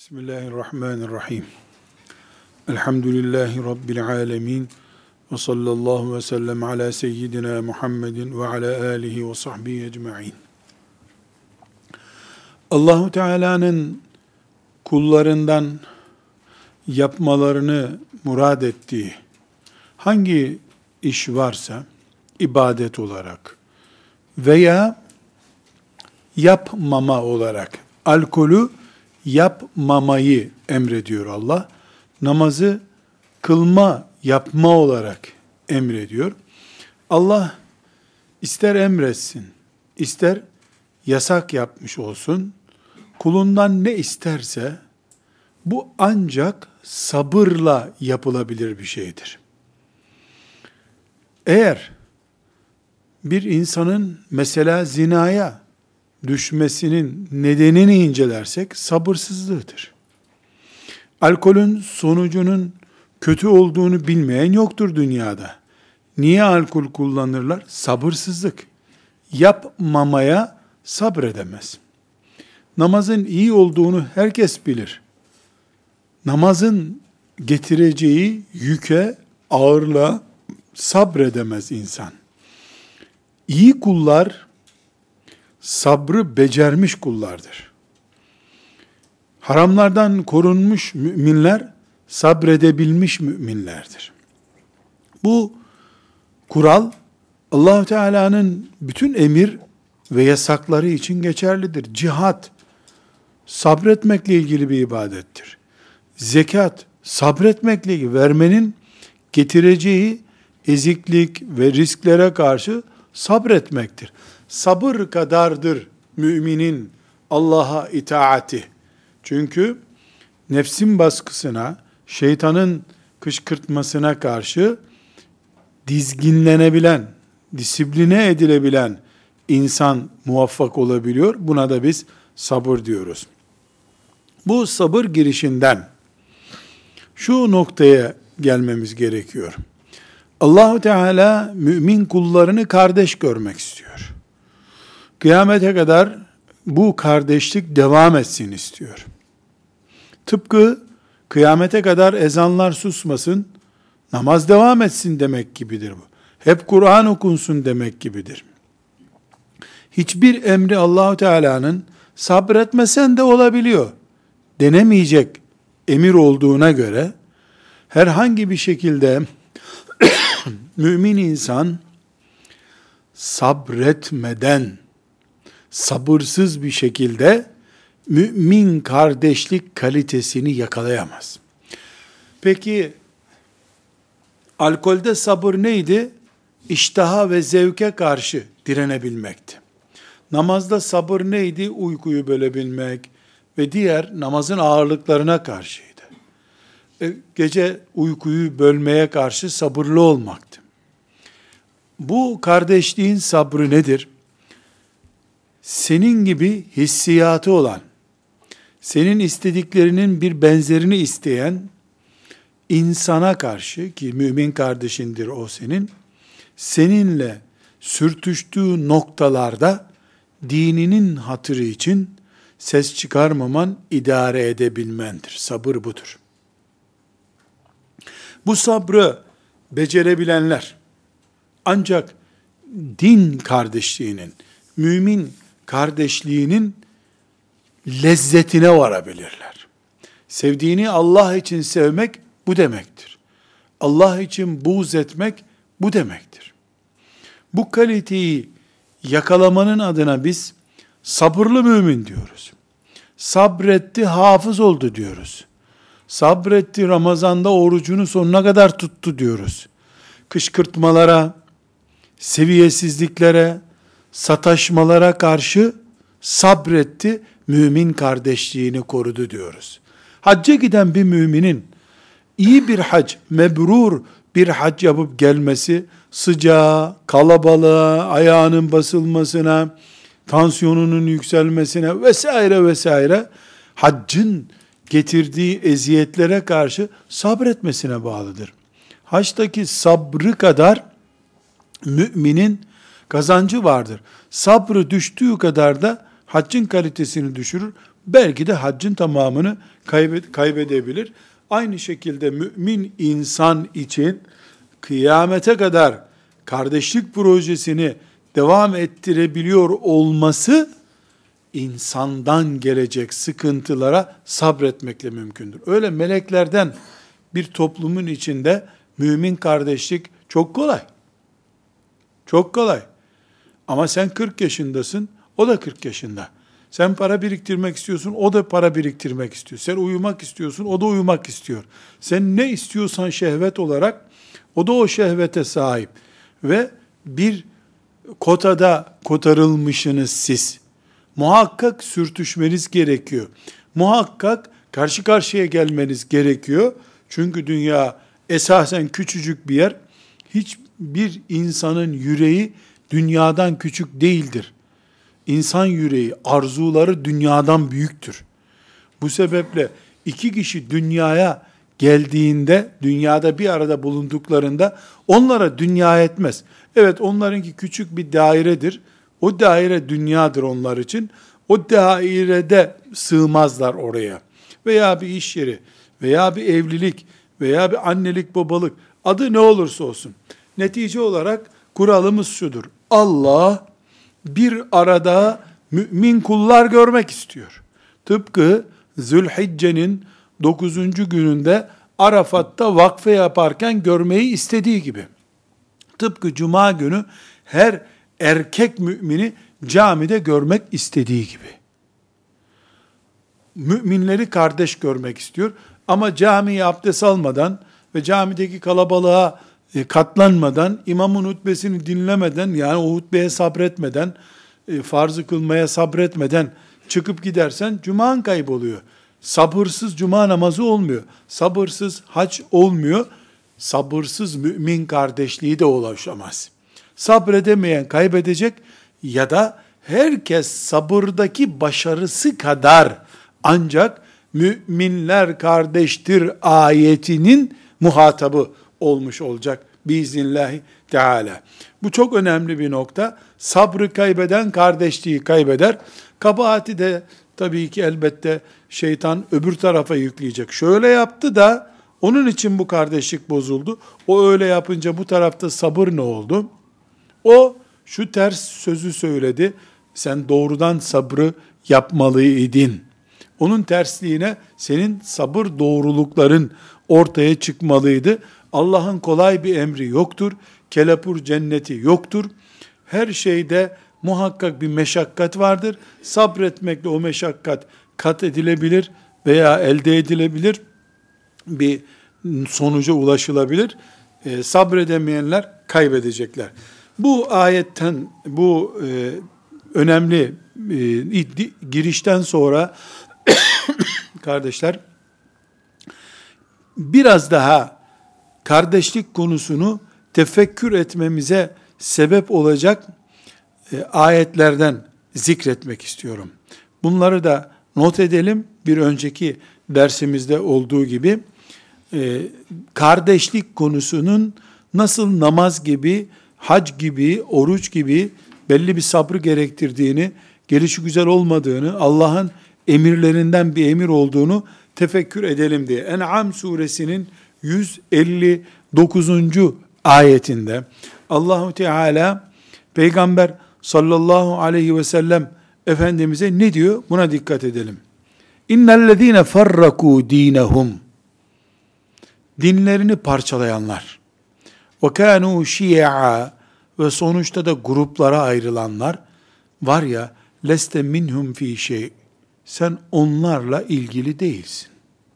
Bismillahirrahmanirrahim. Elhamdülillahi Rabbil alemin. Ve sallallahu ve sellem ala seyyidina Muhammedin ve ala alihi ve sahbihi ecma'in. Allahu Teala'nın kullarından yapmalarını murad ettiği hangi iş varsa ibadet olarak veya yapmama olarak, alkolü yapmamayı emrediyor Allah. Namazı yapma olarak emrediyor. Allah ister emretsin, ister yasak yapmış olsun, kulundan ne isterse bu ancak sabırla yapılabilir bir şeydir. Eğer bir insanın mesela zinaya düşmesinin nedenini incelersek sabırsızlığıdır. Alkolün sonucunun kötü olduğunu bilmeyen yoktur dünyada. Niye alkol kullanırlar? Sabırsızlık. Yapmamaya sabredemez. Namazın iyi olduğunu herkes bilir. Namazın getireceği yüke, ağırlığa sabredemez insan. İyi kullar sabrı becermiş kullardır. Haramlardan korunmuş müminler sabredebilmiş müminlerdir. Bu kural Allah Teala'nın bütün emir ve yasakları için geçerlidir. Cihat sabretmekle ilgili bir ibadettir. Zekat sabretmekle ilgili, vermenin getireceği eziklik ve risklere karşı sabretmektir. Sabır kadardır müminin Allah'a itaati. Çünkü nefsin baskısına, şeytanın kışkırtmasına karşı dizginlenebilen, disipline edilebilen insan muvaffak olabiliyor. Buna da biz sabır diyoruz. Bu sabır girişinden şu noktaya gelmemiz gerekiyor. Allah-u Teala mümin kullarını kardeş görmek istiyor. Kıyamete kadar bu kardeşlik devam etsin istiyor. Tıpkı kıyamete kadar ezanlar susmasın, namaz devam etsin demek gibidir bu. Hep Kur'an okunsun demek gibidir. Hiçbir emri Allah-u Teala'nın sabretmesen de olabiliyor denemeyecek emir olduğuna göre herhangi bir şekilde mümin insan sabretmeden, sabırsız bir şekilde mümin kardeşlik kalitesini yakalayamaz. Peki alkolde sabır neydi? İştaha ve zevke karşı direnebilmekti. Namazda sabır neydi? Uykuyu bölebilmek ve diğer namazın ağırlıklarına karşıydı. Gece uykuyu bölmeye karşı sabırlı olmaktı. Bu kardeşliğin sabrı nedir? Senin gibi hissiyatı olan, senin istediklerinin bir benzerini isteyen insana karşı, ki mümin kardeşindir o seninle sürtüştüğü noktalarda dininin hatırı için ses çıkarmaman, idare edebilmendir. Sabır budur. Bu sabrı becerebilenler ancak din kardeşliğinin, mümin kardeşliğinin lezzetine varabilirler. Sevdiğini Allah için sevmek bu demektir. Allah için buğz etmek bu demektir. Bu kaliteyi yakalamanın adına biz sabırlı mümin diyoruz. Sabretti, hafız oldu diyoruz. Sabretti, Ramazan'da orucunu sonuna kadar tuttu diyoruz. Kışkırtmalara, seviyesizliklere, sataşmalara karşı sabretti, mümin kardeşliğini korudu diyoruz. Hacca giden bir müminin iyi bir hac, mebrur bir hac yapıp gelmesi, sıcağa, kalabalığa, ayağının basılmasına, tansiyonunun yükselmesine vesaire vesaire, haccın getirdiği eziyetlere karşı sabretmesine bağlıdır. Haçtaki sabrı kadar müminin kazancı vardır. Sabrı düştüğü kadar da haccın kalitesini düşürür. belki de haccın tamamını kaybedebilir. Aynı şekilde mümin insan için kıyamete kadar kardeşlik projesini devam ettirebiliyor olması, insandan gelecek sıkıntılara sabretmekle mümkündür. Öyle meleklerden bir toplumun içinde mümin kardeşlik çok kolay. Çok kolay. Ama sen 40 yaşındasın, o da 40 yaşında. Sen para biriktirmek istiyorsun, o da para biriktirmek istiyor. Sen uyumak istiyorsun, o da uyumak istiyor. Sen ne istiyorsan şehvet olarak, o da o şehvete sahip. Ve bir kotada kotarılmışsınız siz. Muhakkak sürtüşmeniz gerekiyor. Muhakkak karşı karşıya gelmeniz gerekiyor. Çünkü dünya esasen küçücük bir yer. Hiçbir insanın yüreği dünyadan küçük değildir. İnsan yüreği, arzuları dünyadan büyüktür. Bu sebeple iki kişi dünyaya geldiğinde, dünyada bir arada bulunduklarında onlara dünya etmez. Evet, onlarınki küçük bir dairedir. O daire dünyadır onlar için. O dairede sığmazlar oraya. Veya bir iş yeri, veya bir evlilik, veya bir annelik, babalık, adı ne olursa olsun. Netice olarak kuralımız şudur: Allah bir arada mümin kullar görmek istiyor. Tıpkı Zülhicce'nin 9. gününde Arafat'ta vakfe yaparken görmeyi istediği gibi. Tıpkı Cuma günü her erkek mümini camide görmek istediği gibi. Müminleri kardeş görmek istiyor. Ama camiye abdest almadan ve camideki kalabalığa katlanmadan, imamın hutbesini dinlemeden, yani o hutbeye sabretmeden, farzı kılmaya sabretmeden çıkıp gidersen cuman kayboluyor. Sabırsız cuma namazı olmuyor. Sabırsız hac olmuyor. Sabırsız mümin kardeşliği de ulaşamaz. Sabredemeyen kaybedecek ya da herkes sabırdaki başarısı kadar ancak müminler kardeştir ayetinin muhatabı olmuş olacak biiznillahü teala. Bu çok önemli bir nokta. Sabrı kaybeden kardeşliği kaybeder. Kabahati de tabii ki elbette şeytan öbür tarafa yükleyecek. Şöyle yaptı da onun için bu kardeşlik bozuldu. O öyle yapınca bu tarafta sabır ne oldu? O şu ters sözü söyledi. Sen doğrudan sabrı yapmalıydın. Onun tersliğine senin sabır doğrulukların ortaya çıkmalıydı. Allah'ın kolay bir emri yoktur. Kelepur cenneti yoktur. Her şeyde muhakkak bir meşakkat vardır. Sabretmekle o meşakkat kat edilebilir veya elde edilebilir. Bir sonuca ulaşılabilir. Sabredemeyenler kaybedecekler. Bu ayetten, bu önemli girişten sonra kardeşler, biraz daha kardeşlik konusunu tefekkür etmemize sebep olacak ayetlerden zikretmek istiyorum. Bunları da not edelim. Bir önceki dersimizde olduğu gibi kardeşlik konusunun nasıl namaz gibi, hac gibi, oruç gibi belli bir sabrı gerektirdiğini, gelişigüzel olmadığını, Allah'ın emirlerinden bir emir olduğunu tefekkür edelim diye. En'am suresinin 159. ayetinde Allahu Teala Peygamber sallallahu aleyhi ve sellem Efendimiz'e ne diyor? Buna dikkat edelim. İnnellezîne farrakû dînehum, dinlerini parçalayanlar, ve kânû şi'a, ve sonuçta da gruplara ayrılanlar var ya, leste minhum fî şey, sen onlarla ilgili değilsin.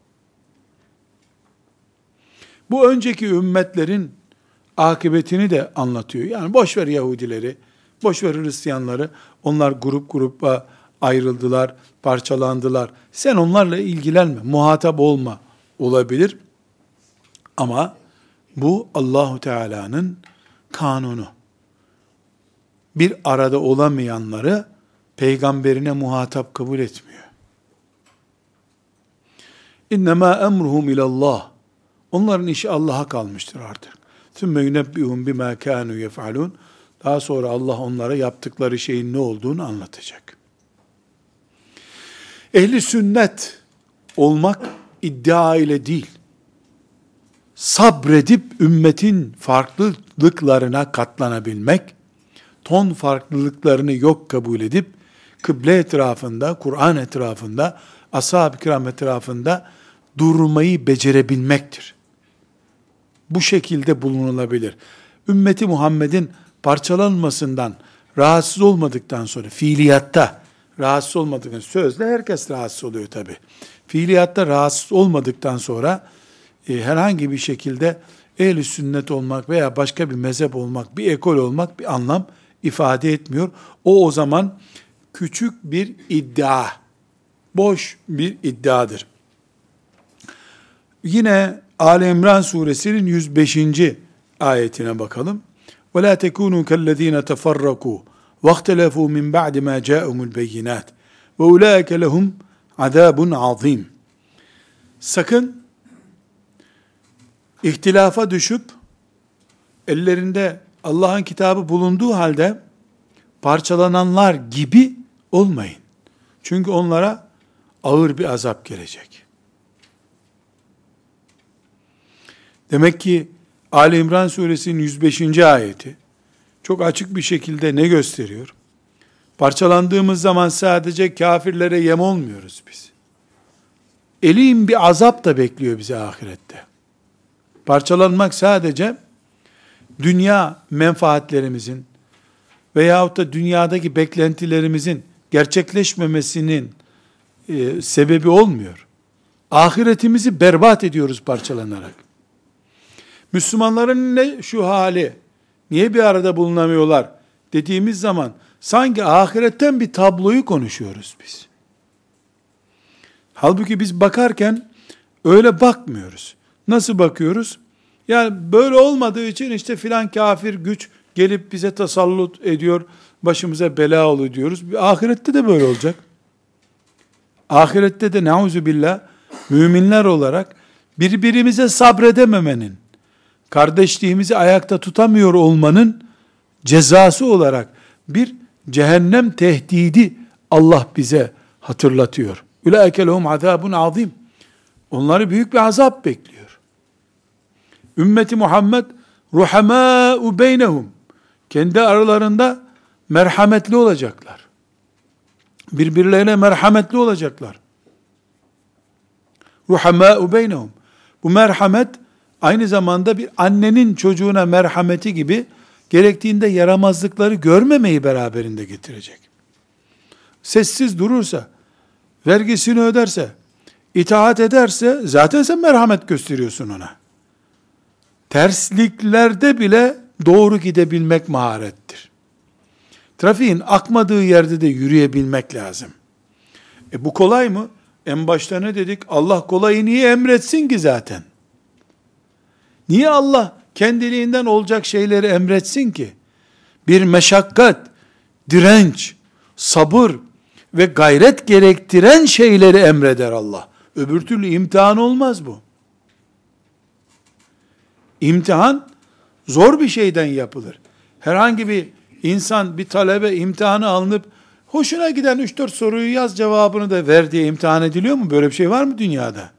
Bu önceki ümmetlerin akıbetini de anlatıyor. Yani boş ver Yahudileri, boş ver Hristiyanları, onlar grup grupa ayrıldılar, parçalandılar. Sen onlarla ilgilenme, muhatap olma olabilir. Ama bu Allahu Teala'nın kanunu. Bir arada olamayanları peygamberine muhatap kabul etmiyor. İnnemâ emruhum ilallah. Onların işi Allah'a kalmıştır artık. Sümme yunebbihum bimâ kânû yef'alûn. Daha sonra Allah onlara yaptıkları şeyin ne olduğunu anlatacak. Ehli sünnet olmak iddia ile değil, sabredip ümmetin farklılıklarına katlanabilmek, ton farklılıklarını yok kabul edip, kıble etrafında, Kur'an etrafında, ashab-ı kiram etrafında durmayı becerebilmektir. Bu şekilde bulunulabilir. Ümmeti Muhammed'in parçalanmasından rahatsız olmadıktan sonra, fiiliyatta rahatsız olmadıktan, sözde herkes rahatsız oluyor tabi. Fiiliyatta rahatsız olmadıktan sonra herhangi bir şekilde ehl-i sünnet olmak veya başka bir mezhep olmak, bir ekol olmak bir anlam ifade etmiyor. O zaman küçük bir iddia, boş bir iddiadır. Yine Ali İmran suresinin 105. ayetine bakalım. وَلَا تَكُونُوا كَالَّذ۪ينَ تَفَرَّقُوا وَاخْتَلَفُوا مِنْ بَعْدِ مَا جَاءُهُمُ الْبَيِّنَاتِ وَاُولَٰئِكَ لَهُمْ عَذَابٌ عَظ۪يمٌ. Sakın ihtilafa düşüp ellerinde Allah'ın kitabı bulunduğu halde parçalananlar gibi olmayın. Çünkü onlara ağır bir azap gelecek. Demek ki Ali İmran suresinin 105. ayeti çok açık bir şekilde ne gösteriyor? Parçalandığımız zaman sadece kafirlere yem olmuyoruz biz. Elin bir azap da bekliyor bizi ahirette. Parçalanmak sadece dünya menfaatlerimizin veyahut da dünyadaki beklentilerimizin gerçekleşmemesinin sebebi olmuyor. Ahiretimizi berbat ediyoruz parçalanarak. Müslümanların ne şu hali, niye bir arada bulunamıyorlar dediğimiz zaman sanki ahiretten bir tabloyu konuşuyoruz biz. Halbuki biz bakarken öyle bakmıyoruz. Nasıl bakıyoruz? Yani böyle olmadığı için işte filan kafir güç gelip bize tasallut ediyor, başımıza bela oluyor diyoruz. Ahirette de böyle olacak. Ahirette de neuzubillah müminler olarak birbirimize sabredememenin, kardeşliğimizi ayakta tutamıyor olmanın cezası olarak bir cehennem tehdidi Allah bize hatırlatıyor. Ulaike lehum azabun azim. Onları büyük bir azap bekliyor. Ümmeti Muhammed ruhamâ'u beynehum. Kendi aralarında merhametli olacaklar. Birbirlerine merhametli olacaklar. Ruhamâ'u beynehum. Bu merhamet aynı zamanda bir annenin çocuğuna merhameti gibi gerektiğinde yaramazlıkları görmemeyi beraberinde getirecek. Sessiz durursa, vergisini öderse, itaat ederse zaten sen merhamet gösteriyorsun ona. Tersliklerde bile doğru gidebilmek maharettir. Trafiğin akmadığı yerde de yürüyebilmek lazım. Bu kolay mı? En başta ne dedik? Allah kolayı niye emretsin ki zaten? Niye Allah kendiliğinden olacak şeyleri emretsin ki? Bir meşakkat, direnç, sabır ve gayret gerektiren şeyleri emreder Allah. Öbür türlü imtihan olmaz bu. İmtihan zor bir şeyden yapılır. Herhangi bir insan, bir talebe imtihanı alınıp hoşuna giden 3-4 soruyu yaz, cevabını da ver diye imtihan ediliyor mu? Böyle bir şey var mı dünyada?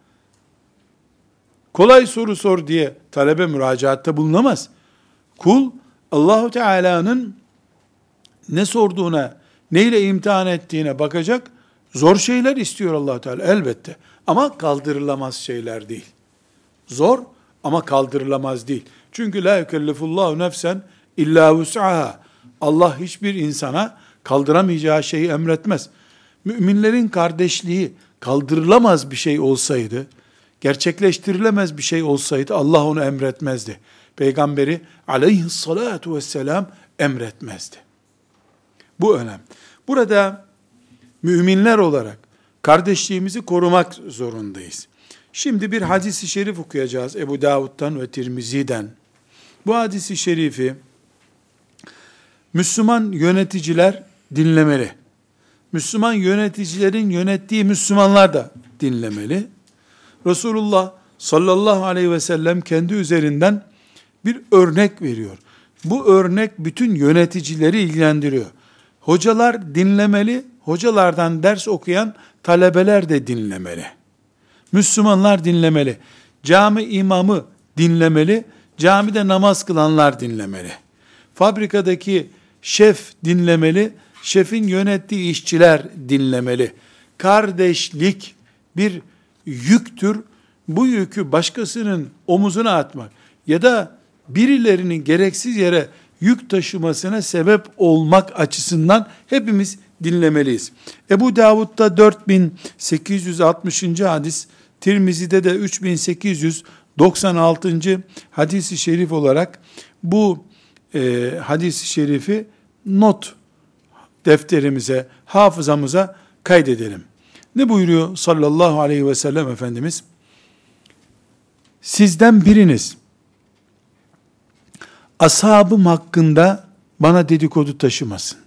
Kolay soru sor diye talebe müracaatta bulunamaz. Kul Allahu Teala'nın ne sorduğuna, neyle imtihan ettiğine bakacak. Zor şeyler istiyor Allah Teala elbette. Ama kaldırılamaz şeyler değil. Zor ama kaldırılamaz değil. Çünkü la yükellifullahu nefsen illa vus'aha. Allah hiçbir insana kaldıramayacağı şeyi emretmez. Müminlerin kardeşliği kaldırılamaz bir şey olsaydı, gerçekleştirilemez bir şey olsaydı Allah onu emretmezdi. Peygamberi aleyhissalatu vesselam emretmezdi. Bu önemli. Burada müminler olarak kardeşliğimizi korumak zorundayız. Şimdi bir hadis-i şerif okuyacağız Ebu Davud'dan ve Tirmizi'den. Bu hadis-i şerifi Müslüman yöneticiler dinlemeli. Müslüman yöneticilerin yönettiği Müslümanlar da dinlemeli. Resulullah sallallahu aleyhi ve sellem kendi üzerinden bir örnek veriyor. Bu örnek bütün yöneticileri ilgilendiriyor. Hocalar dinlemeli, hocalardan ders okuyan talebeler de dinlemeli. Müslümanlar dinlemeli. Cami imamı dinlemeli. Camide namaz kılanlar dinlemeli. Fabrikadaki şef dinlemeli. Şefin yönettiği işçiler dinlemeli. Kardeşlik bir yüktür. Bu yükü başkasının omuzuna atmak ya da birilerinin gereksiz yere yük taşımasına sebep olmak açısından hepimiz dinlemeliyiz. Ebu Davud'da 4860. hadis, Tirmizi'de de 3896. hadis-i şerif olarak bu hadis-i şerifi not defterimize, hafızamıza kaydedelim. Ne buyuruyor sallallahu aleyhi ve sellem Efendimiz? Sizden biriniz ashabım hakkında bana dedikodu taşımasın.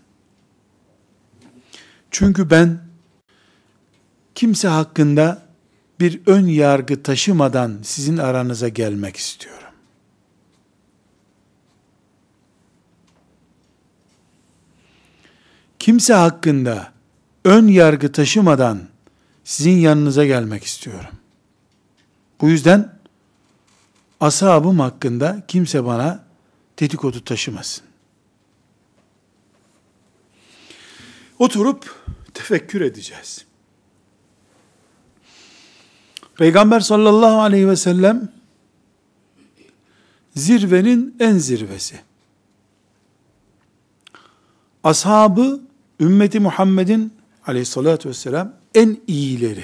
Çünkü ben kimse hakkında bir ön yargı taşımadan sizin aranıza gelmek istiyorum. Kimse hakkında ön yargı taşımadan sizin yanınıza gelmek istiyorum. Bu yüzden ashabım hakkında kimse bana dedikodu taşımasın. Oturup tefekkür edeceğiz. Peygamber sallallahu aleyhi ve sellem zirvenin en zirvesi. Ashabı ümmeti Muhammed'in aleyhissalatü vesselam en iyileri.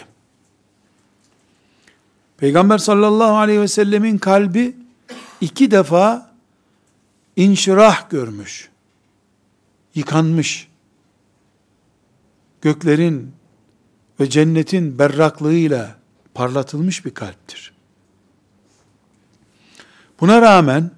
Peygamber sallallahu aleyhi ve sellemin kalbi 2 defa inşirah görmüş, yıkanmış, göklerin ve cennetin berraklığıyla parlatılmış bir kalptir. Buna rağmen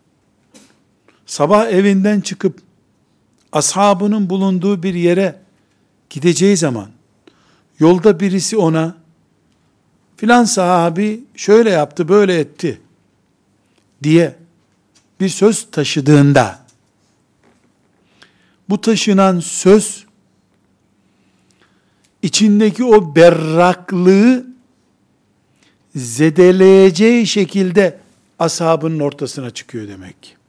sabah evinden çıkıp ashabının bulunduğu bir yere gideceği zaman yolda birisi ona filan sahabi şöyle yaptı, böyle etti diye bir söz taşıdığında bu taşınan söz içindeki o berraklığı zedeleyeceği şekilde ashabının ortasına çıkıyor demek ki.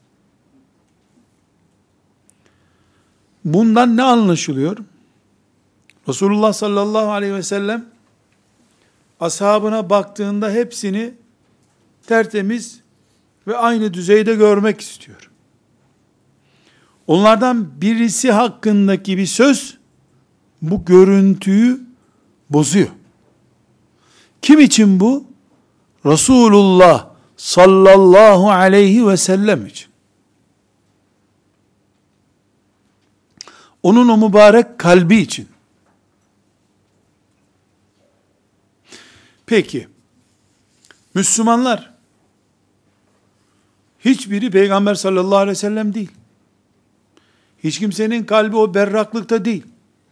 Bundan ne anlaşılıyor? Resulullah sallallahu aleyhi ve sellem ashabına baktığında hepsini tertemiz ve aynı düzeyde görmek istiyor. Onlardan birisi hakkındaki bir söz bu görüntüyü bozuyor. Kim için bu? Resulullah sallallahu aleyhi ve sellem için. Onun o mübarek kalbi için. Peki, Müslümanlar hiçbiri Peygamber sallallahu aleyhi ve sellem değil. Hiç kimsenin kalbi o berraklıkta değil.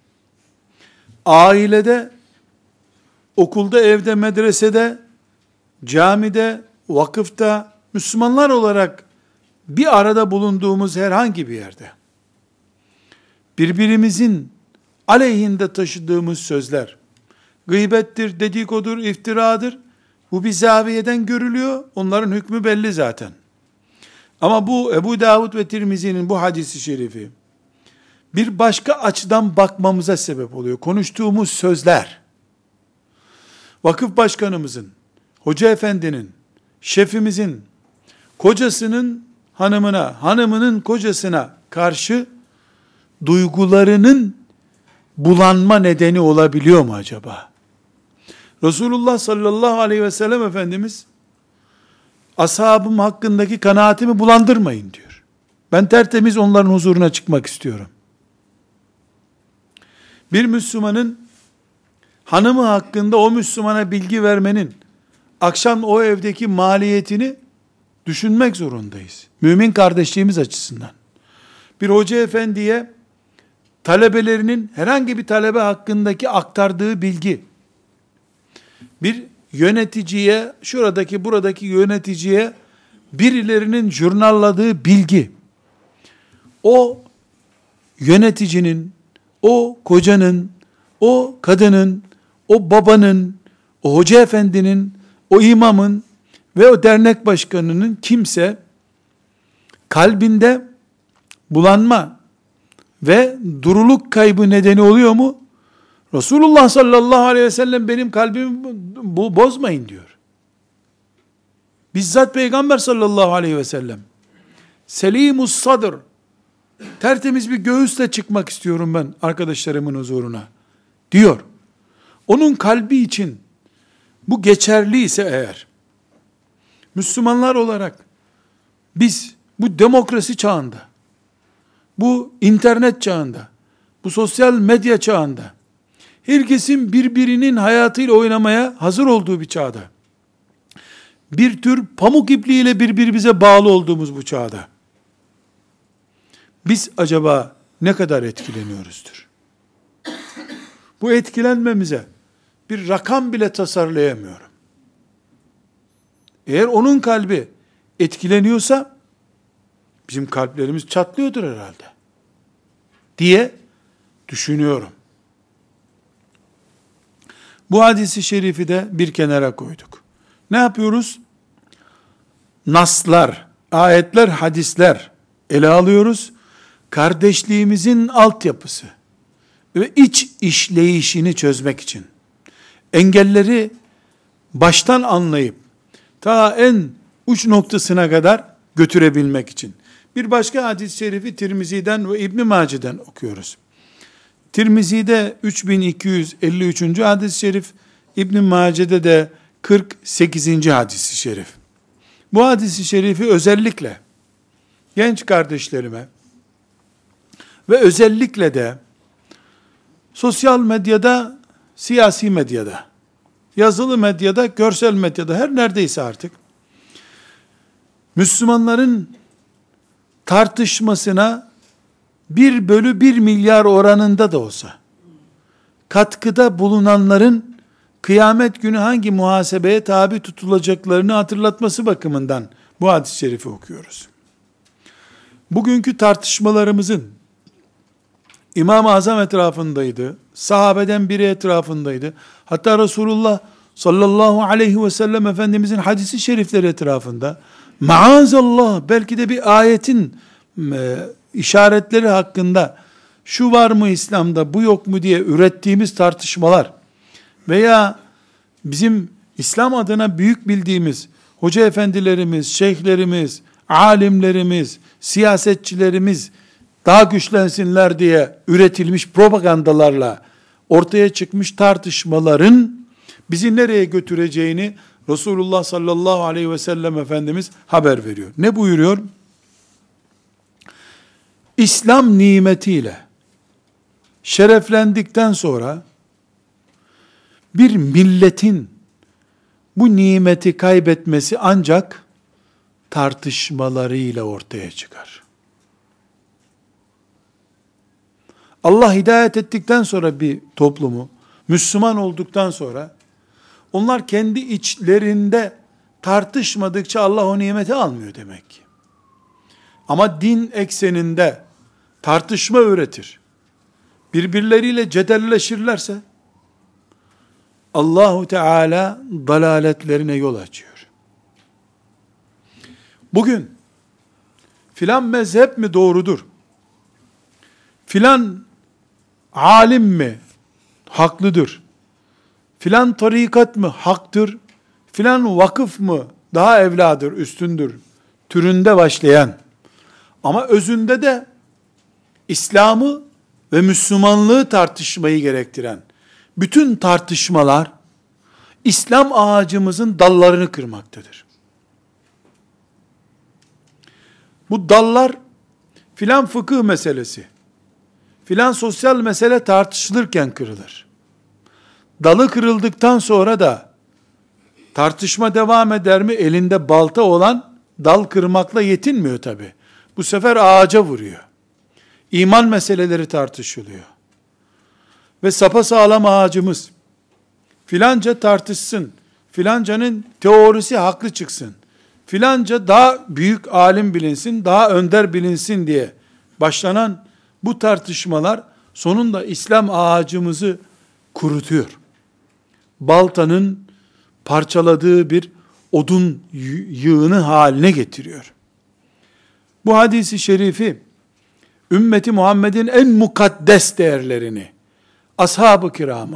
Ailede, okulda, evde, medresede, camide, vakıfta, Müslümanlar olarak bir arada bulunduğumuz herhangi bir yerde, birbirimizin aleyhinde taşıdığımız sözler, gıybettir, dedikodur, iftiradır, bu bir zaviyeden görülüyor, onların hükmü belli zaten. Ama bu Ebu Davud ve Tirmizi'nin bu hadisi şerifi, bir başka açıdan bakmamıza sebep oluyor. Konuştuğumuz sözler, vakıf başkanımızın, hoca efendinin, şefimizin, kocasının hanımına, hanımının kocasına karşı duygularının bulanma nedeni olabiliyor mu acaba? Resulullah sallallahu aleyhi ve sellem Efendimiz, ashabım hakkındaki kanaatimi bulandırmayın diyor. Ben tertemiz onların huzuruna çıkmak istiyorum. Bir Müslümanın hanımı hakkında o Müslümana bilgi vermenin akşam o evdeki maliyetini düşünmek zorundayız. Mümin kardeşliğimiz açısından. Bir hoca efendiye talebelerinin herhangi bir talebe hakkındaki aktardığı bilgi, bir yöneticiye, şuradaki buradaki yöneticiye birilerinin jurnalladığı bilgi, o yöneticinin, o kocanın, o kadının, o babanın, o hoca efendinin, o imamın ve o dernek başkanının kimse kalbinde bulanma ve duruluk kaybı nedeni oluyor mu? Resulullah sallallahu aleyhi ve sellem benim kalbimi bozmayın diyor. Bizzat Peygamber sallallahu aleyhi ve sellem selimus sadr, tertemiz bir göğüsle çıkmak istiyorum ben arkadaşlarımın huzuruna diyor. Onun kalbi için bu geçerli ise eğer, Müslümanlar olarak biz bu demokrasi çağında, bu internet çağında, bu sosyal medya çağında, herkesin birbirinin hayatıyla oynamaya hazır olduğu bir çağda, bir tür pamuk ipliğiyle birbirimize bağlı olduğumuz bu çağda, biz acaba ne kadar etkileniyoruzdur? Bu etkilenmemize bir rakam bile tasarlayamıyorum. Eğer onun kalbi etkileniyorsa, bizim kalplerimiz çatlıyordur herhalde diye düşünüyorum. Bu hadisi şerifi de bir kenara koyduk. Ne yapıyoruz? Naslar, ayetler, hadisler ele alıyoruz. Kardeşliğimizin altyapısı ve iç işleyişini çözmek için, engelleri baştan anlayıp ta en uç noktasına kadar götürebilmek için. Bir başka hadis-i şerifi Tirmizi'den ve İbn Mace'den okuyoruz. Tirmizi'de 3253. hadis-i şerif, İbn Mace'de de 48. hadis-i şerif. Bu hadis-i şerifi özellikle genç kardeşlerime ve özellikle de sosyal medyada, siyasi medyada, yazılı medyada, görsel medyada, her neredeyse artık Müslümanların tartışmasına 1/1 milyar oranında da olsa katkıda bulunanların kıyamet günü hangi muhasebeye tabi tutulacaklarını hatırlatması bakımından bu hadis-i şerifi okuyoruz. Bugünkü tartışmalarımızın İmam-ı Azam etrafındaydı, sahabeden biri etrafındaydı, hatta Resulullah sallallahu aleyhi ve sellem Efendimizin hadisi şerifleri etrafında, maazallah belki de bir ayetin işaretleri hakkında şu var mı İslam'da, bu yok mu diye ürettiğimiz tartışmalar veya bizim İslam adına büyük bildiğimiz hoca efendilerimiz, şeyhlerimiz, alimlerimiz, siyasetçilerimiz daha güçlensinler diye üretilmiş propagandalarla ortaya çıkmış tartışmaların bizi nereye götüreceğini Resulullah sallallahu aleyhi ve sellem Efendimiz haber veriyor. Ne buyuruyor? İslam nimetiyle şereflendikten sonra bir milletin bu nimeti kaybetmesi ancak tartışmalarıyla ortaya çıkar. Allah hidayet ettikten sonra bir toplumu, Müslüman olduktan sonra, onlar kendi içlerinde tartışmadıkça Allah o nimeti almıyor demek ki. Ama din ekseninde tartışma üretir, birbirleriyle cedelleşirlerse, Allahu Teala dalaletlerine yol açıyor. Bugün filan mezhep mi doğrudur? Filan alim mi haklıdır? Filan tarikat mı haktır? Filan vakıf mı daha evladır, üstündür? Türünde başlayan ama özünde de İslam'ı ve Müslümanlığı tartışmayı gerektiren bütün tartışmalar İslam ağacımızın dallarını kırmaktadır. Bu dallar filan fıkıh meselesi, filan sosyal mesele tartışılırken kırılır. Dalı kırıldıktan sonra da tartışma devam eder mi? Elinde balta olan dal kırmakla yetinmiyor tabi. Bu sefer ağaca vuruyor. İman meseleleri tartışılıyor. Ve sapasağlam ağacımız filanca tartışsın, filancanın teorisi haklı çıksın, filanca daha büyük alim bilinsin, daha önder bilinsin diye başlanan bu tartışmalar sonunda İslam ağacımızı kurutuyor. Baltanın parçaladığı bir odun yığını haline getiriyor. Bu hadisi şerifi ümmeti Muhammed'in en mukaddes değerlerini, ashab-ı kiramı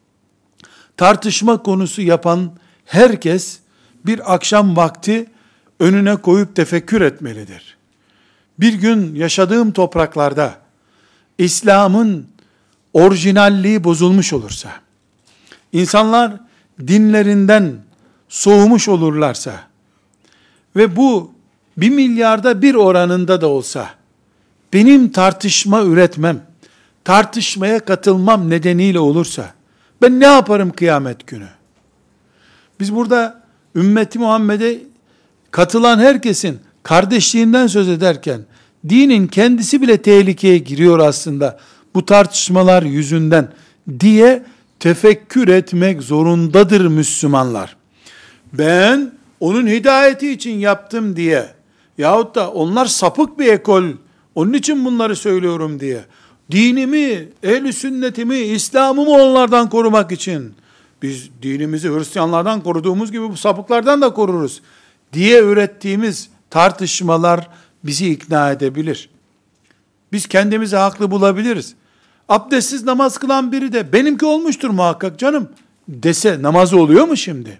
tartışma konusu yapan herkes bir akşam vakti önüne koyup tefekkür etmelidir. Bir gün yaşadığım topraklarda İslam'ın orijinalliği bozulmuş olursa, insanlar dinlerinden soğumuş olurlarsa ve bu 1 milyarda 1 oranında da olsa benim tartışma üretmem, tartışmaya katılmam nedeniyle olursa ben ne yaparım kıyamet günü? Biz burada ümmeti Muhammed'e katılan herkesin kardeşliğinden söz ederken dinin kendisi bile tehlikeye giriyor aslında bu tartışmalar yüzünden diye tefekkür etmek zorundadır Müslümanlar. Ben onun hidayeti için yaptım diye yahut da onlar sapık bir ekol, onun için bunları söylüyorum diye dinimi, ehl-i sünnetimi, İslam'ımı onlardan korumak için biz dinimizi Hristiyanlardan koruduğumuz gibi bu sapıklardan da koruruz diye ürettiğimiz tartışmalar bizi ikna edebilir. Biz kendimizi haklı bulabiliriz. Abdestsiz namaz kılan biri de benimki olmuştur muhakkak canım dese namazı oluyor mu şimdi?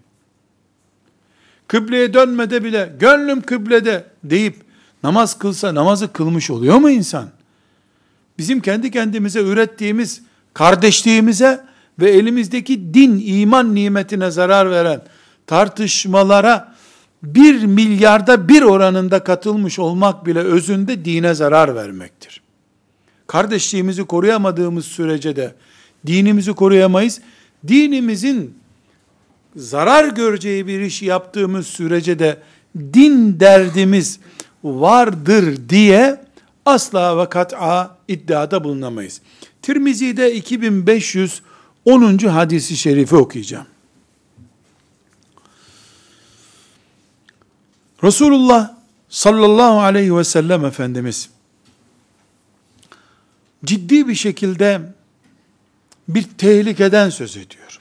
Kıbleye dönmede bile gönlüm kıblede deyip namaz kılsa namazı kılmış oluyor mu insan? Bizim kendi kendimize ürettiğimiz kardeşliğimize ve elimizdeki din, iman nimetine zarar veren tartışmalara 1 milyarda 1 oranında katılmış olmak bile özünde dine zarar vermektir. Kardeşliğimizi koruyamadığımız sürece de dinimizi koruyamayız. Dinimizin zarar göreceği bir iş yaptığımız sürece de din derdimiz vardır diye asla ve kat'a iddiada bulunamayız. Tirmizi'de 2510. hadisi şerifi okuyacağım. Resulullah sallallahu aleyhi ve sellem Efendimiz ciddi bir şekilde bir tehlikeden söz ediyor.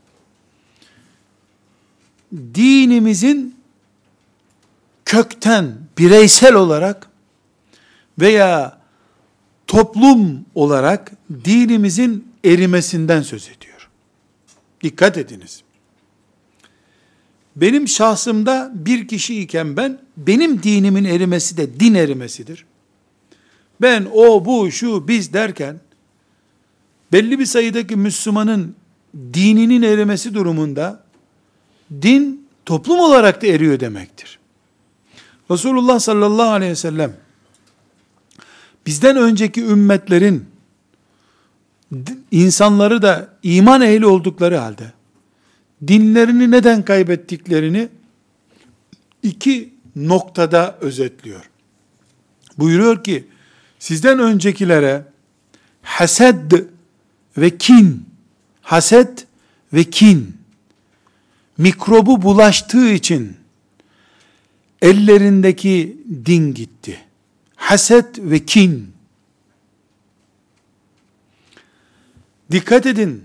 Dinimizin kökten bireysel olarak veya toplum olarak dinimizin erimesinden söz ediyor. Dikkat ediniz. Benim şahsımda bir kişi iken benim dinimin erimesi de din erimesidir. Ben, o, bu, şu, biz derken, belli bir sayıdaki Müslümanın dininin erimesi durumunda, din toplum olarak da eriyor demektir. Resulullah sallallahu aleyhi ve sellem, bizden önceki ümmetlerin, insanları da iman ehli oldukları halde, dinlerini neden kaybettiklerini 2 noktada özetliyor. Buyuruyor ki, sizden öncekilere haset ve kin, haset ve kin mikrobu bulaştığı için ellerindeki din gitti. Haset ve kin. Dikkat edin.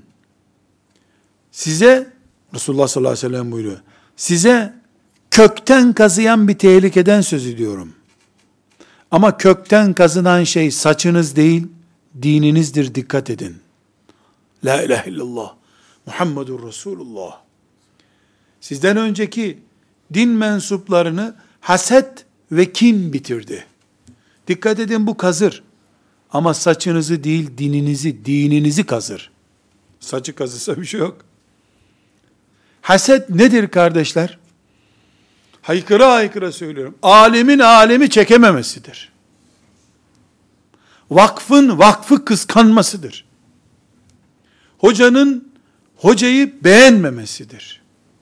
Size Resulullah sallallahu aleyhi ve sellem buyuruyor. Size kökten kazıyan bir tehlikeden söz ediyorum. Ama kökten kazınan şey saçınız değil, dininizdir, dikkat edin. La ilahe illallah, Muhammedur Resulullah. Sizden önceki din mensuplarını haset ve kin bitirdi. Dikkat edin, bu kazır. Ama saçınızı değil, dininizi kazır. Saçı kazısa bir şey yok. Haset nedir kardeşler? Haykıra haykıra söylüyorum. Alimin alemi çekememesidir. Vakfın vakfı kıskanmasıdır. Hocanın hocayı beğenmemesidir.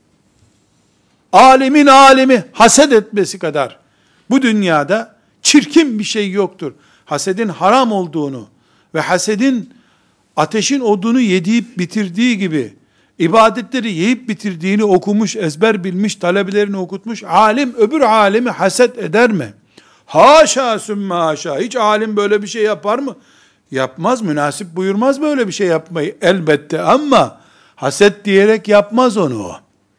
Alimin alemi haset etmesi kadar bu dünyada çirkin bir şey yoktur. Hasedin haram olduğunu ve hasedin ateşin odunu yediyip bitirdiği gibi ibadetleri yiyip bitirdiğini okumuş, ezber bilmiş, talebelerini okutmuş alim öbür alemi haset eder mi? Haşa sümme haşa. Hiç alim böyle bir şey yapar mı? Yapmaz, münasip buyurmaz böyle bir şey yapmayı elbette, ama haset diyerek yapmaz onu o.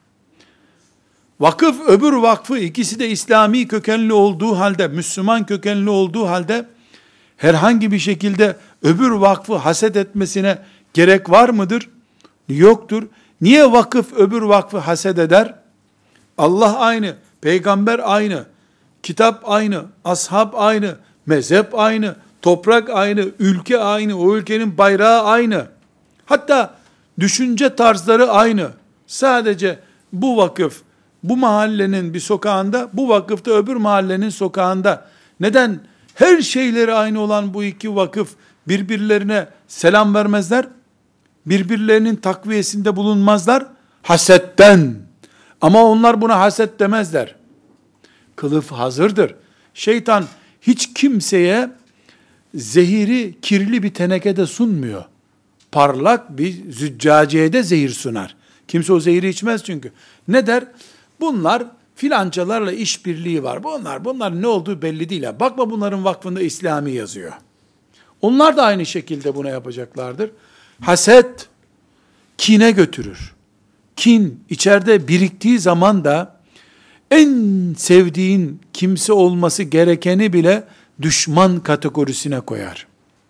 Vakıf öbür vakfı, ikisi de İslami kökenli olduğu halde, Müslüman kökenli olduğu halde herhangi bir şekilde öbür vakfı haset etmesine gerek var mıdır? Yoktur. Niye vakıf öbür vakfı haset eder? Allah aynı, peygamber aynı, kitap aynı, ashab aynı, mezhep aynı, toprak aynı, ülke aynı, o ülkenin bayrağı aynı. Hatta düşünce tarzları aynı. Sadece bu vakıf, bu mahallenin bir sokağında, bu vakıfta öbür mahallenin sokağında. Neden her şeyleri aynı olan bu iki vakıf birbirlerine selam vermezler? Birbirlerinin takviyesinde bulunmazlar? Hasetten. Ama onlar buna haset demezler. Kılıf hazırdır. Şeytan hiç kimseye zehiri kirli bir tenekede sunmuyor. Parlak bir züccaciyede zehir sunar. Kimse o zehiri içmez çünkü. Ne der? Bunlar filancalarla işbirliği var. Bunlar ne olduğu belli değil. Bakma, bunların vakfında İslami yazıyor. Onlar da aynı şekilde buna yapacaklardır. Haset kine götürür. Kin içeride biriktiği zaman da en sevdiğin kimse olması gerekeni bile düşman kategorisine koyar.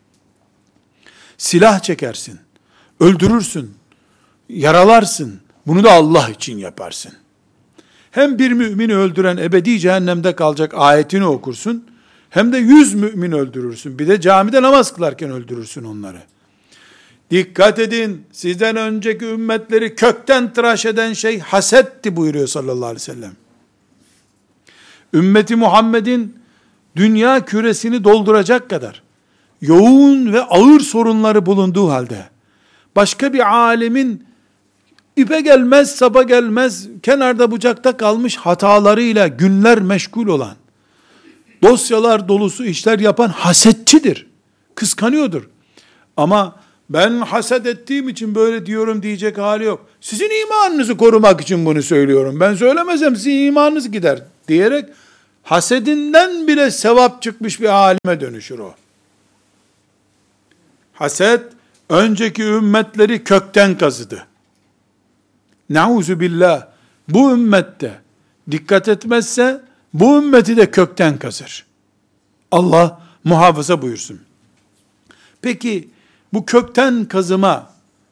Silah çekersin, öldürürsün, yaralarsın. Bunu da Allah için yaparsın. Hem bir mümini öldüren ebedi cehennemde kalacak ayetini okursun, hem de 100 mümin öldürürsün. Bir de camide namaz kılarken öldürürsün onları. Dikkat edin, sizden önceki ümmetleri kökten tıraş eden şey hasetti buyuruyor sallallahu aleyhi ve sellem. Ümmeti Muhammed'in dünya küresini dolduracak kadar yoğun ve ağır sorunları bulunduğu halde, başka bir alemin ipe gelmez, sapa gelmez, kenarda bucakta kalmış hatalarıyla günler meşgul olan, dosyalar dolusu işler yapan hasetçidir. Kıskanıyordur. Ama ben haset ettiğim için böyle diyorum diyecek hali yok. Sizin imanınızı korumak için bunu söylüyorum. Ben söylemesem sizin imanınız gider diyerek hasedinden bile sevap çıkmış bir alime dönüşür o. Haset önceki ümmetleri kökten kazıdı. Nauzu billah, bu ümmette dikkat etmezse bu ümmeti de kökten kazır. Allah muhafaza buyursun. Peki bu kökten kazıma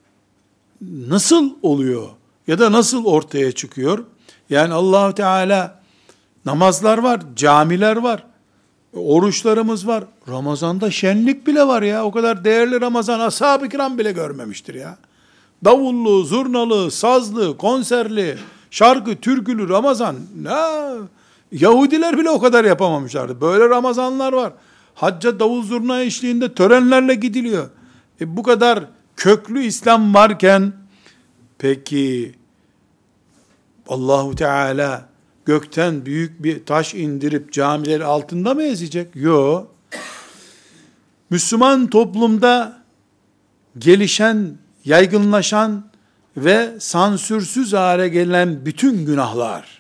nasıl oluyor ya da nasıl ortaya çıkıyor? Yani Allah Teala, namazlar var, camiler var, oruçlarımız var. Ramazanda şenlik bile var ya. O kadar değerli Ramazan ashab-ı kiram bile görmemiştir ya. Davullu, zurnalı, sazlı, konserli, şarkı, türkülü Ramazan. Yahudiler bile o kadar yapamamışlardı. Böyle Ramazanlar var. Hacca davul zurna eşliğinde törenlerle gidiliyor. Bu kadar köklü İslam varken, peki Allahu Teala gökten büyük bir taş indirip camileri altında mı ezecek? Yok. Müslüman toplumda gelişen, yaygınlaşan ve sansürsüz hale gelen bütün günahlar,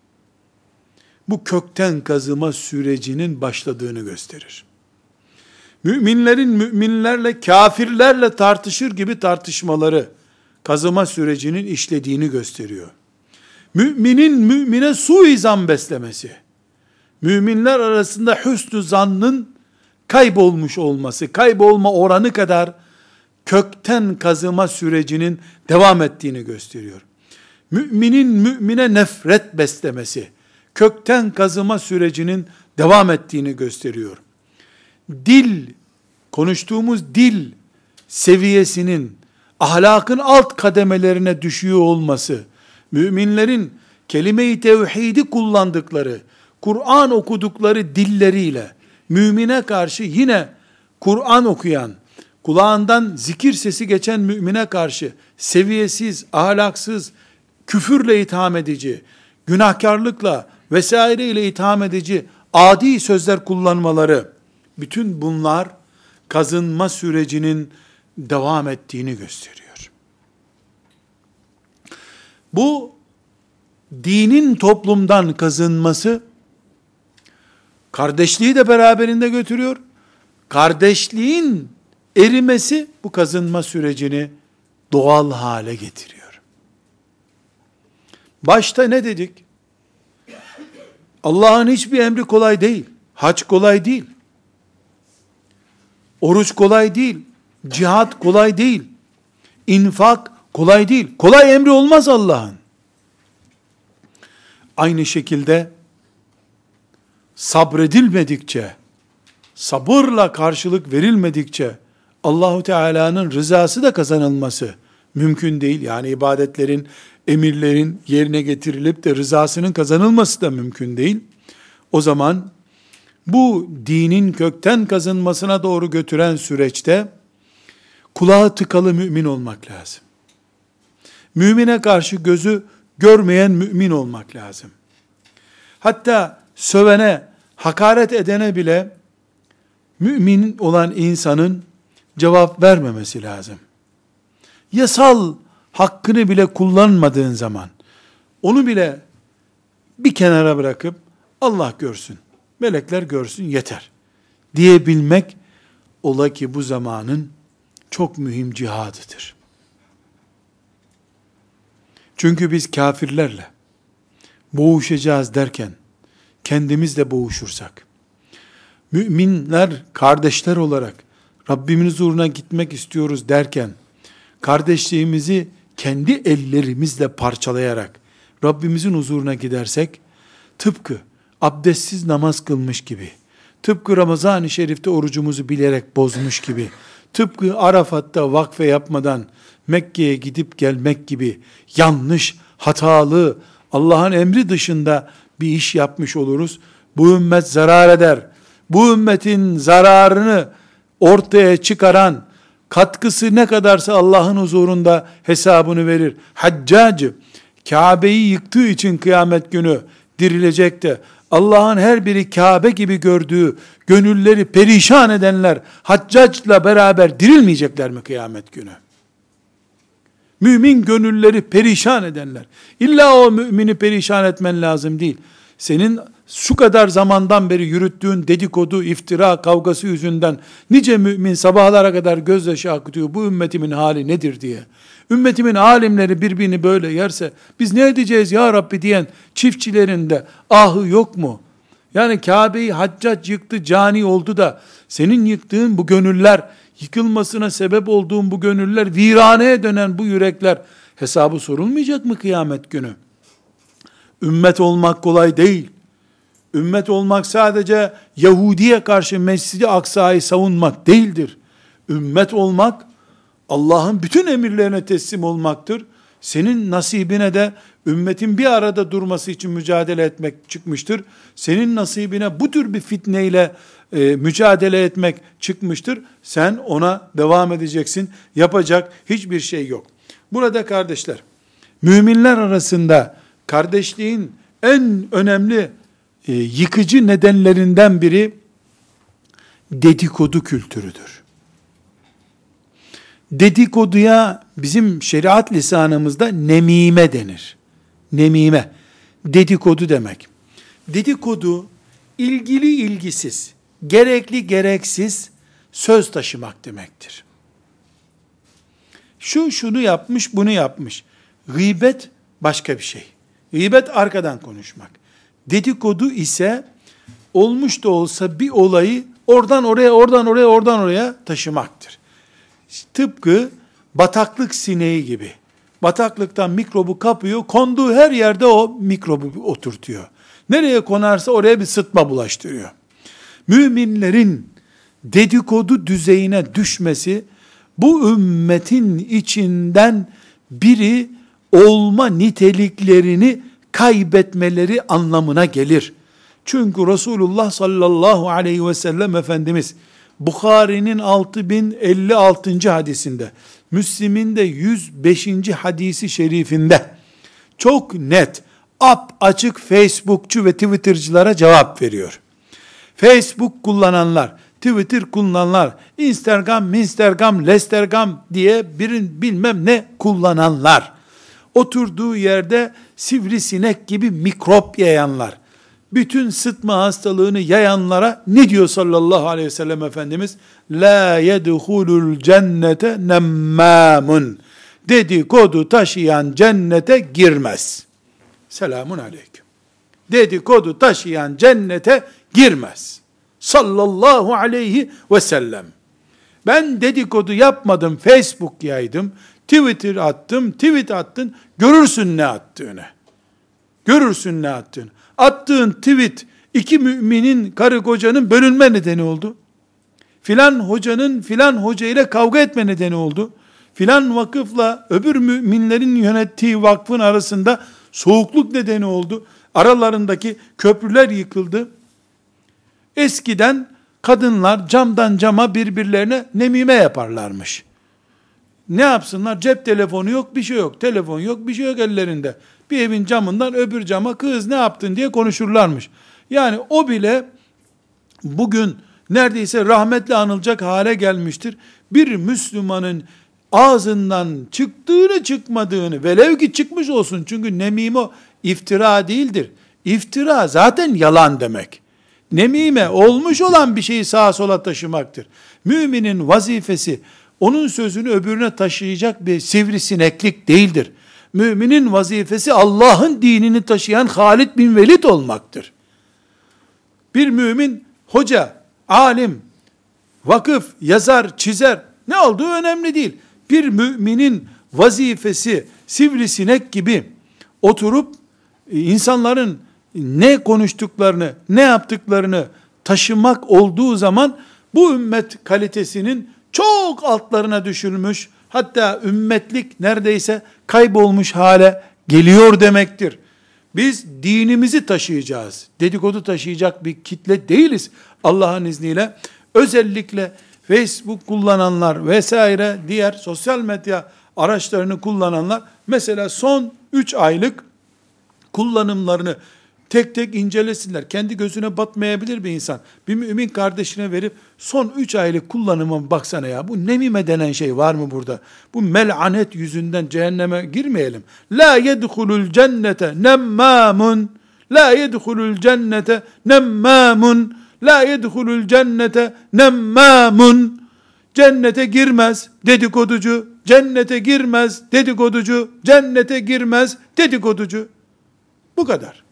bu kökten kazıma sürecinin başladığını gösterir. Müminlerin müminlerle, kafirlerle tartışır gibi tartışmaları, kazıma sürecinin işlediğini gösteriyor. Müminin mümine suizan beslemesi, müminler arasında hüsnü zannın kaybolmuş olması, kaybolma oranı kadar kökten kazıma sürecinin devam ettiğini gösteriyor. Müminin mümine nefret beslemesi, kökten kazıma sürecinin devam ettiğini gösteriyor. Dil, konuştuğumuz dil seviyesinin ahlakın alt kademelerine düşüyor olması, müminlerin kelime-i tevhidi kullandıkları, Kur'an okudukları dilleriyle, mümine karşı yine Kur'an okuyan, kulağından zikir sesi geçen mümine karşı seviyesiz, ahlaksız, küfürle itham edici, günahkarlıkla vesaireyle itham edici adi sözler kullanmaları, bütün bunlar kazınma sürecinin devam ettiğini gösteriyor. Bu dinin toplumdan kazınması kardeşliği de beraberinde götürüyor. Kardeşliğin erimesi bu kazınma sürecini doğal hale getiriyor. Başta ne dedik? Allah'ın hiçbir emri kolay değil. Hac kolay değil. Oruç kolay değil. Cihat kolay değil. İnfak kolay değil. Kolay emri olmaz Allah'ın. Aynı şekilde sabredilmedikçe, sabırla karşılık verilmedikçe Allahu Teala'nın rızası da kazanılması mümkün değil. Yani ibadetlerin, emirlerin yerine getirilip de rızasının kazanılması da mümkün değil. O zaman bu dinin kökten kazınmasına doğru götüren süreçte kulağı tıkalı mümin olmak lazım. Mümine karşı gözü görmeyen mümin olmak lazım. Hatta sövene, hakaret edene bile mümin olan insanın cevap vermemesi lazım. Yasal hakkını bile kullanmadığın zaman, onu bile bir kenara bırakıp Allah görsün, melekler görsün yeter diyebilmek, ola ki bu zamanın çok mühim cihadıdır. Çünkü biz kafirlerle boğuşacağız derken, kendimizle boğuşursak, müminler kardeşler olarak Rabbimin huzuruna gitmek istiyoruz derken, kardeşliğimizi kendi ellerimizle parçalayarak Rabbimizin huzuruna gidersek, tıpkı abdestsiz namaz kılmış gibi, tıpkı Ramazan-ı Şerif'te orucumuzu bilerek bozmuş gibi, tıpkı Arafat'ta vakfe yapmadan Mekke'ye gidip gelmek gibi yanlış, hatalı, Allah'ın emri dışında bir iş yapmış oluruz. Bu ümmet zarar eder. Bu ümmetin zararını ortaya çıkaran, katkısı ne kadarsa Allah'ın huzurunda hesabını verir. Haccac, Kabe'yi yıktığı için kıyamet günü dirilecek de, Allah'ın her biri Kabe gibi gördüğü, gönülleri perişan edenler, Haccac'la beraber dirilmeyecekler mi kıyamet günü? Mümin gönülleri perişan edenler. İlla o mümini perişan etmen lazım değil. Senin şu kadar zamandan beri yürüttüğün dedikodu, iftira, kavgası yüzünden nice mümin sabahlara kadar gözyaşı akıtıyor. Bu ümmetimin hali nedir diye. Ümmetimin alimleri birbirini böyle yerse biz ne edeceğiz ya Rabbi diyen çiftçilerin de ahı yok mu? Yani Kabe'yi Haccac yıktı, cani oldu da senin yıktığın bu gönüller, yıkılmasına sebep olduğun bu gönüller, viraneye dönen bu yürekler hesabı sorulmayacak mı kıyamet günü? Ümmet olmak kolay değil. Ümmet olmak sadece Yahudi'ye karşı Mescid-i Aksa'yı savunmak değildir. Ümmet olmak, Allah'ın bütün emirlerine teslim olmaktır. Senin nasibine de ümmetin bir arada durması için mücadele etmek çıkmıştır. Senin nasibine bu tür bir fitneyle mücadele etmek çıkmıştır. Sen ona devam edeceksin. Yapacak hiçbir şey yok. Burada kardeşler, müminler arasında kardeşliğin en önemli yıkıcı nedenlerinden biri dedikodu kültürüdür. Dedikoduya bizim şeriat lisanımızda nemime denir. Nemime, dedikodu demek. Dedikodu, ilgili ilgisiz, gerekli gereksiz söz taşımak demektir. Şu şunu yapmış, bunu yapmış. Gıybet başka bir şey. Gıybet arkadan konuşmak. Dedikodu ise olmuş da olsa bir olayı oradan oraya, oradan oraya, oradan oraya taşımaktır. Tıpkı bataklık sineği gibi. Bataklıktan mikrobu kapıyor, konduğu her yerde o mikrobu oturtuyor. Nereye konarsa oraya bir sıtma bulaştırıyor. Müminlerin dedikodu düzeyine düşmesi, bu ümmetin içinden biri olma niteliklerini kaybetmeleri anlamına gelir. Çünkü Resulullah sallallahu aleyhi ve sellem Efendimiz, Bukhari'nin 6056. hadisinde, Müslim'in de 105. hadisi şerifinde, çok net, açık Facebookçu ve Twitter'cılara cevap veriyor. Facebook kullananlar, Twitter kullananlar, Instagram, Lestergam diye bilmem ne kullananlar, oturduğu yerde sivrisinek gibi mikrop yayanlar, Bütün sıtma hastalığını yayanlara ne diyor sallallahu aleyhi ve sellem Efendimiz? La yedhulul cennete nemmâmun. Dedikodu taşıyan cennete girmez. Selamun aleyküm. Dedikodu taşıyan cennete girmez. Sallallahu aleyhi ve sellem. Ben dedikodu yapmadım, Facebook yaydım, Twitter attım, tweet attın, görürsün ne attığını. Görürsün ne attığını. Attığın tweet, iki müminin, karı kocanın bölünme nedeni oldu. Filan hocanın filan hoca ile kavga etme nedeni oldu. Filan vakıfla öbür müminlerin yönettiği vakfın arasında soğukluk nedeni oldu. Aralarındaki köprüler yıkıldı. Eskiden kadınlar camdan cama birbirlerine nemime yaparlarmış. Ne yapsınlar? Cep telefonu yok, bir şey yok. Telefon yok, bir şey yok ellerinde. Bir evin camından öbür cama kız ne yaptın diye konuşurlarmış. Yani o bile bugün neredeyse rahmetle anılacak hale gelmiştir. Bir Müslümanın ağzından çıktığını çıkmadığını, velev ki çıkmış olsun, çünkü nemime iftira değildir. İftira zaten yalan demek. Nemime olmuş olan bir şeyi sağa sola taşımaktır. Müminin vazifesi onun sözünü öbürüne taşıyacak bir sivrisineklik değildir. Müminin vazifesi Allah'ın dinini taşıyan Halid bin Velid olmaktır. Bir mümin hoca, alim, vakıf, yazar, çizer, ne olduğu önemli değil. Bir müminin vazifesi sivrisinek gibi oturup insanların ne konuştuklarını, ne yaptıklarını taşımak olduğu zaman bu ümmet kalitesinin çok altlarına düşülmüş, hatta ümmetlik neredeyse kaybolmuş hale geliyor demektir. Biz dinimizi taşıyacağız. Dedikodu taşıyacak bir kitle değiliz Allah'ın izniyle. Özellikle Facebook kullananlar vesaire diğer sosyal medya araçlarını kullananlar mesela son 3 aylık kullanımlarını tek tek incelesinler. Kendi gözüne batmayabilir bir insan. Bir mümin kardeşine verip son 3 aylık kullanıma baksana ya. Bu nemime denen şey var mı burada? Bu melanet yüzünden cehenneme girmeyelim. La yedhulul cennete nemmâmun. La yedhulul cennete nemmâmun. La yedhulul cennete nemmâmun. Cennete girmez dedikoducu. Cennete girmez dedikoducu. Cennete girmez dedikoducu. Bu kadar.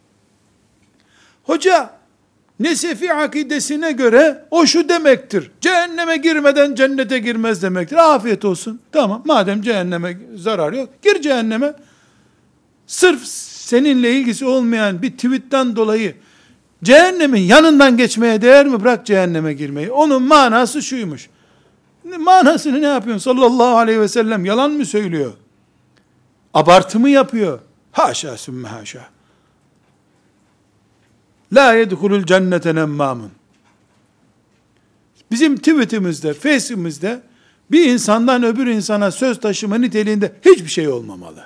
Hoca Nesefi akidesine göre o şu demektir. Cehenneme girmeden cennete girmez demektir. Afiyet olsun. Tamam, madem cehenneme zarar yok, gir cehenneme. Sırf seninle ilgisi olmayan bir tweetten dolayı cehennemin yanından geçmeye değer mi? Bırak cehenneme girmeyi. Onun manası şuymuş. Manasını ne yapıyorsun? Sallallahu aleyhi ve sellem yalan mı söylüyor? Abartı mı yapıyor? Haşa sümme haşa. La yedhulul cennete nemmâmun. Bizim tweetimizde, Facebook'umuzda bir insandan öbür insana söz taşıma niteliğinde hiçbir şey olmamalı.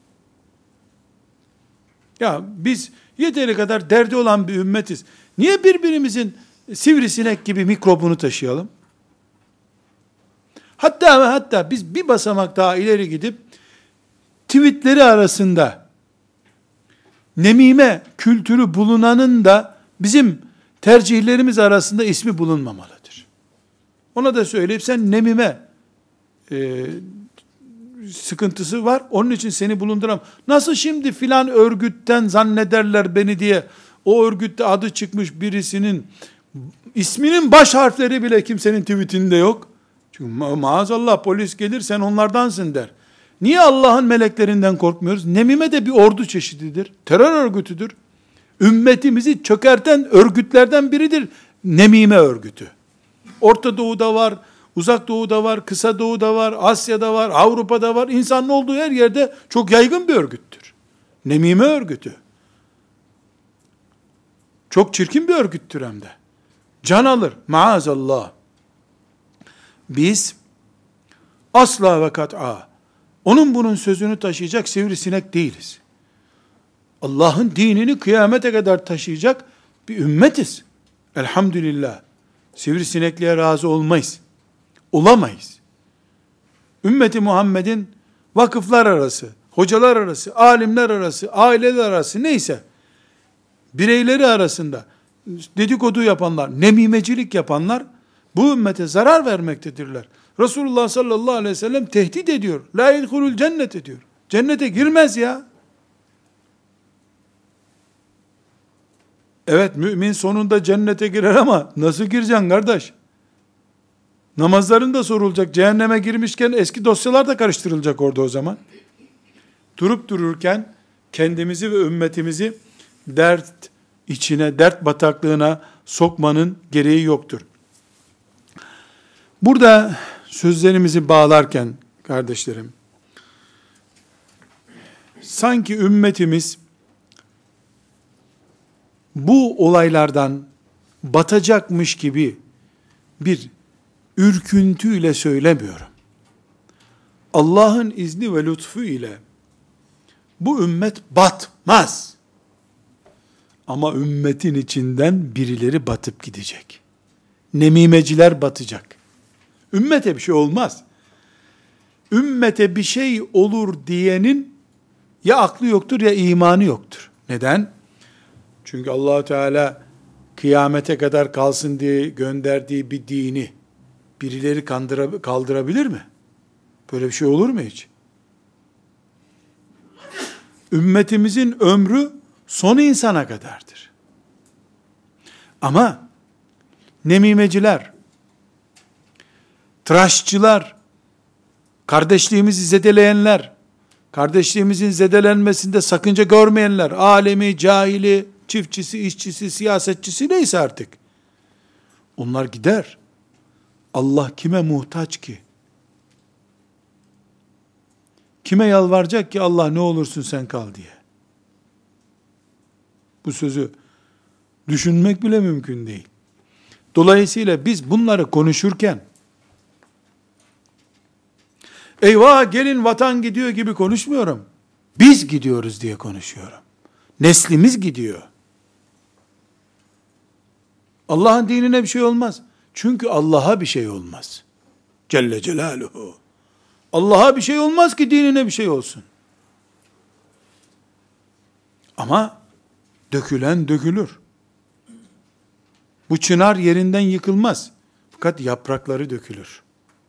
Ya biz yeteri kadar derdi olan bir ümmetiz. Niye birbirimizin sivrisinek gibi mikrobunu taşıyalım? Hatta biz bir basamak daha ileri gidip tweetleri arasında nemime kültürü bulunanın da bizim tercihlerimiz arasında ismi bulunmamalıdır. Ona da söyleyip sen nemime sıkıntısı var, onun için seni bulunduram. Nasıl şimdi filan örgütten zannederler beni diye, o örgütte adı çıkmış birisinin isminin baş harfleri bile kimsenin tweetinde yok. Çünkü maazallah polis gelir sen onlardansın der. Niye Allah'ın meleklerinden korkmuyoruz? Nemime de bir ordu çeşididir. Terör örgütüdür. Ümmetimizi çökerten örgütlerden biridir nemime örgütü. Orta Doğu'da var, Uzak Doğu'da var, Kısa Doğu'da var, Asya'da var, Avrupa'da var. İnsanın olduğu her yerde çok yaygın bir örgüttür. Nemime örgütü. Çok çirkin bir örgüttür hem de. Can alır. Maazallah. Biz asla ve kat'a onun bunun sözünü taşıyacak sivrisinek değiliz. Allah'ın dinini kıyamete kadar taşıyacak bir ümmetiz. Elhamdülillah. Sivrisinekliğe razı olmayız. Olamayız. Ümmeti Muhammed'in vakıflar arası, hocalar arası, alimler arası, aileler arası neyse bireyleri arasında dedikodu yapanlar, nemimecilik yapanlar bu ümmete zarar vermektedirler. Resulullah sallallahu aleyhi ve sellem tehdit ediyor. La yedhulul cennet ediyor. Cennete girmez ya. Evet, mümin sonunda cennete girer ama nasıl gireceksin kardeş? Namazların da sorulacak. Cehenneme girmişken eski dosyalar da karıştırılacak orada o zaman. Durup dururken kendimizi ve ümmetimizi dert içine, dert bataklığına sokmanın gereği yoktur. Burada sözlerimizi bağlarken kardeşlerim, sanki ümmetimiz bu olaylardan batacakmış gibi bir ürküntüyle söylemiyorum. Allah'ın izni ve lütfu ile bu ümmet batmaz. Ama ümmetin içinden birileri batıp gidecek. Nemimeciler batacak. Ümmete bir şey olmaz. Ümmete bir şey olur diyenin ya aklı yoktur ya imanı yoktur. Neden? Çünkü Allah Teala kıyamete kadar kalsın diye gönderdiği bir dini birileri kaldırabilir mi? Böyle bir şey olur mu hiç? Ümmetimizin ömrü son insana kadardır. Ama nemimeciler, tıraşçılar, kardeşliğimizi zedeleyenler, kardeşliğimizin zedelenmesinde sakınca görmeyenler, alemi, cahili, çiftçisi, işçisi, siyasetçisi neyse artık, onlar gider. Allah kime muhtaç ki? Kime yalvaracak ki Allah ne olursun sen kal diye? Bu sözü düşünmek bile mümkün değil. Dolayısıyla biz bunları konuşurken, eyvah gelin vatan gidiyor gibi konuşmuyorum. Biz gidiyoruz diye konuşuyorum. Neslimiz gidiyor. Allah'ın dinine bir şey olmaz. Çünkü Allah'a bir şey olmaz. Celle Celaluhu. Allah'a bir şey olmaz ki dinine bir şey olsun. Ama dökülen dökülür. Bu çınar yerinden yıkılmaz. Fakat yaprakları dökülür.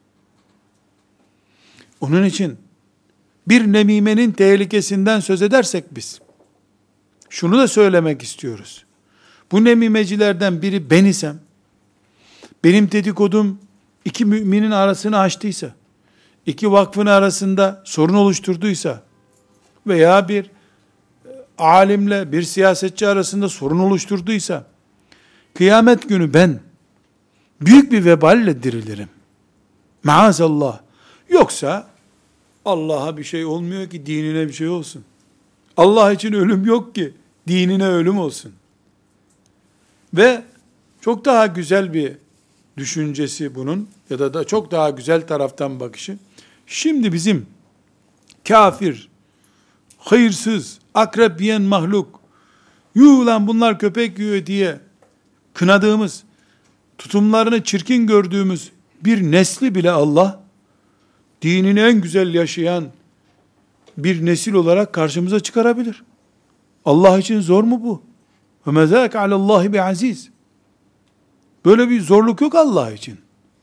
Onun için bir nemimenin tehlikesinden söz edersek biz, şunu da söylemek istiyoruz. Bu nemimecilerden biri ben isem, benim dedikodum iki müminin arasını açtıysa, iki vakfın arasında sorun oluşturduysa veya bir alimle bir siyasetçi arasında sorun oluşturduysa, kıyamet günü ben büyük bir veballe dirilirim. Maazallah. Yoksa Allah'a bir şey olmuyor ki dinine bir şey olsun. Allah için ölüm yok ki dinine ölüm olsun. Ve çok daha güzel bir düşüncesi bunun ya da çok daha güzel taraftan bakışı. Şimdi bizim kafir, hayırsız, akrep yiyen mahluk, yuh lan bunlar köpek yiyor diye kınadığımız, tutumlarını çirkin gördüğümüz bir nesli bile Allah, dinini en güzel yaşayan bir nesil olarak karşımıza çıkarabilir. Allah için zor mu bu? Ve mezâke alallâhi bi aziz. Böyle bir zorluk yok Allah için.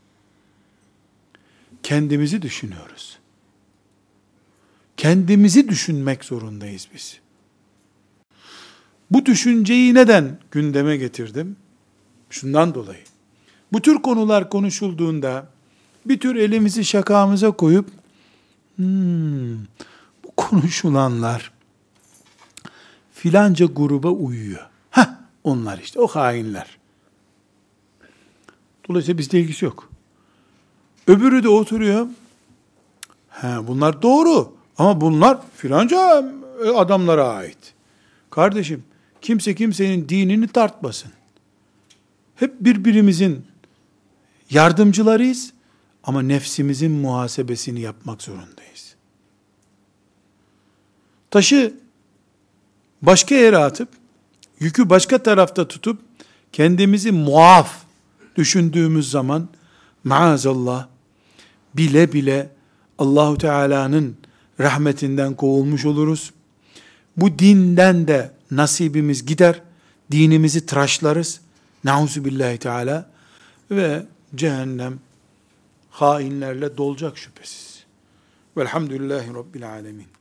Kendimizi düşünüyoruz. Kendimizi düşünmek zorundayız biz. Bu düşünceyi neden gündeme getirdim? Şundan dolayı. Bu tür konular konuşulduğunda bir tür elimizi şakamıza koyup bu konuşulanlar filanca gruba uyuyor. Onlar işte o hainler. Dolayısıyla bizde ilgisi yok. Öbürü de oturuyor. Bunlar doğru ama bunlar filanca adamlara ait. Kardeşim, kimse kimsenin dinini tartmasın. Hep birbirimizin yardımcılarıyız ama nefsimizin muhasebesini yapmak zorundayız. Taşı başka yere atıp, yükü başka tarafta tutup, kendimizi muaf düşündüğümüz zaman, maazallah, bile bile Allahu Teala'nın rahmetinden kovulmuş oluruz. Bu dinden de nasibimiz gider. dinimizi tıraşlarız. Nauzubillahi teala. Ve cehennem hainlerle dolacak şüphesiz. Velhamdülillahi Rabbil alemin.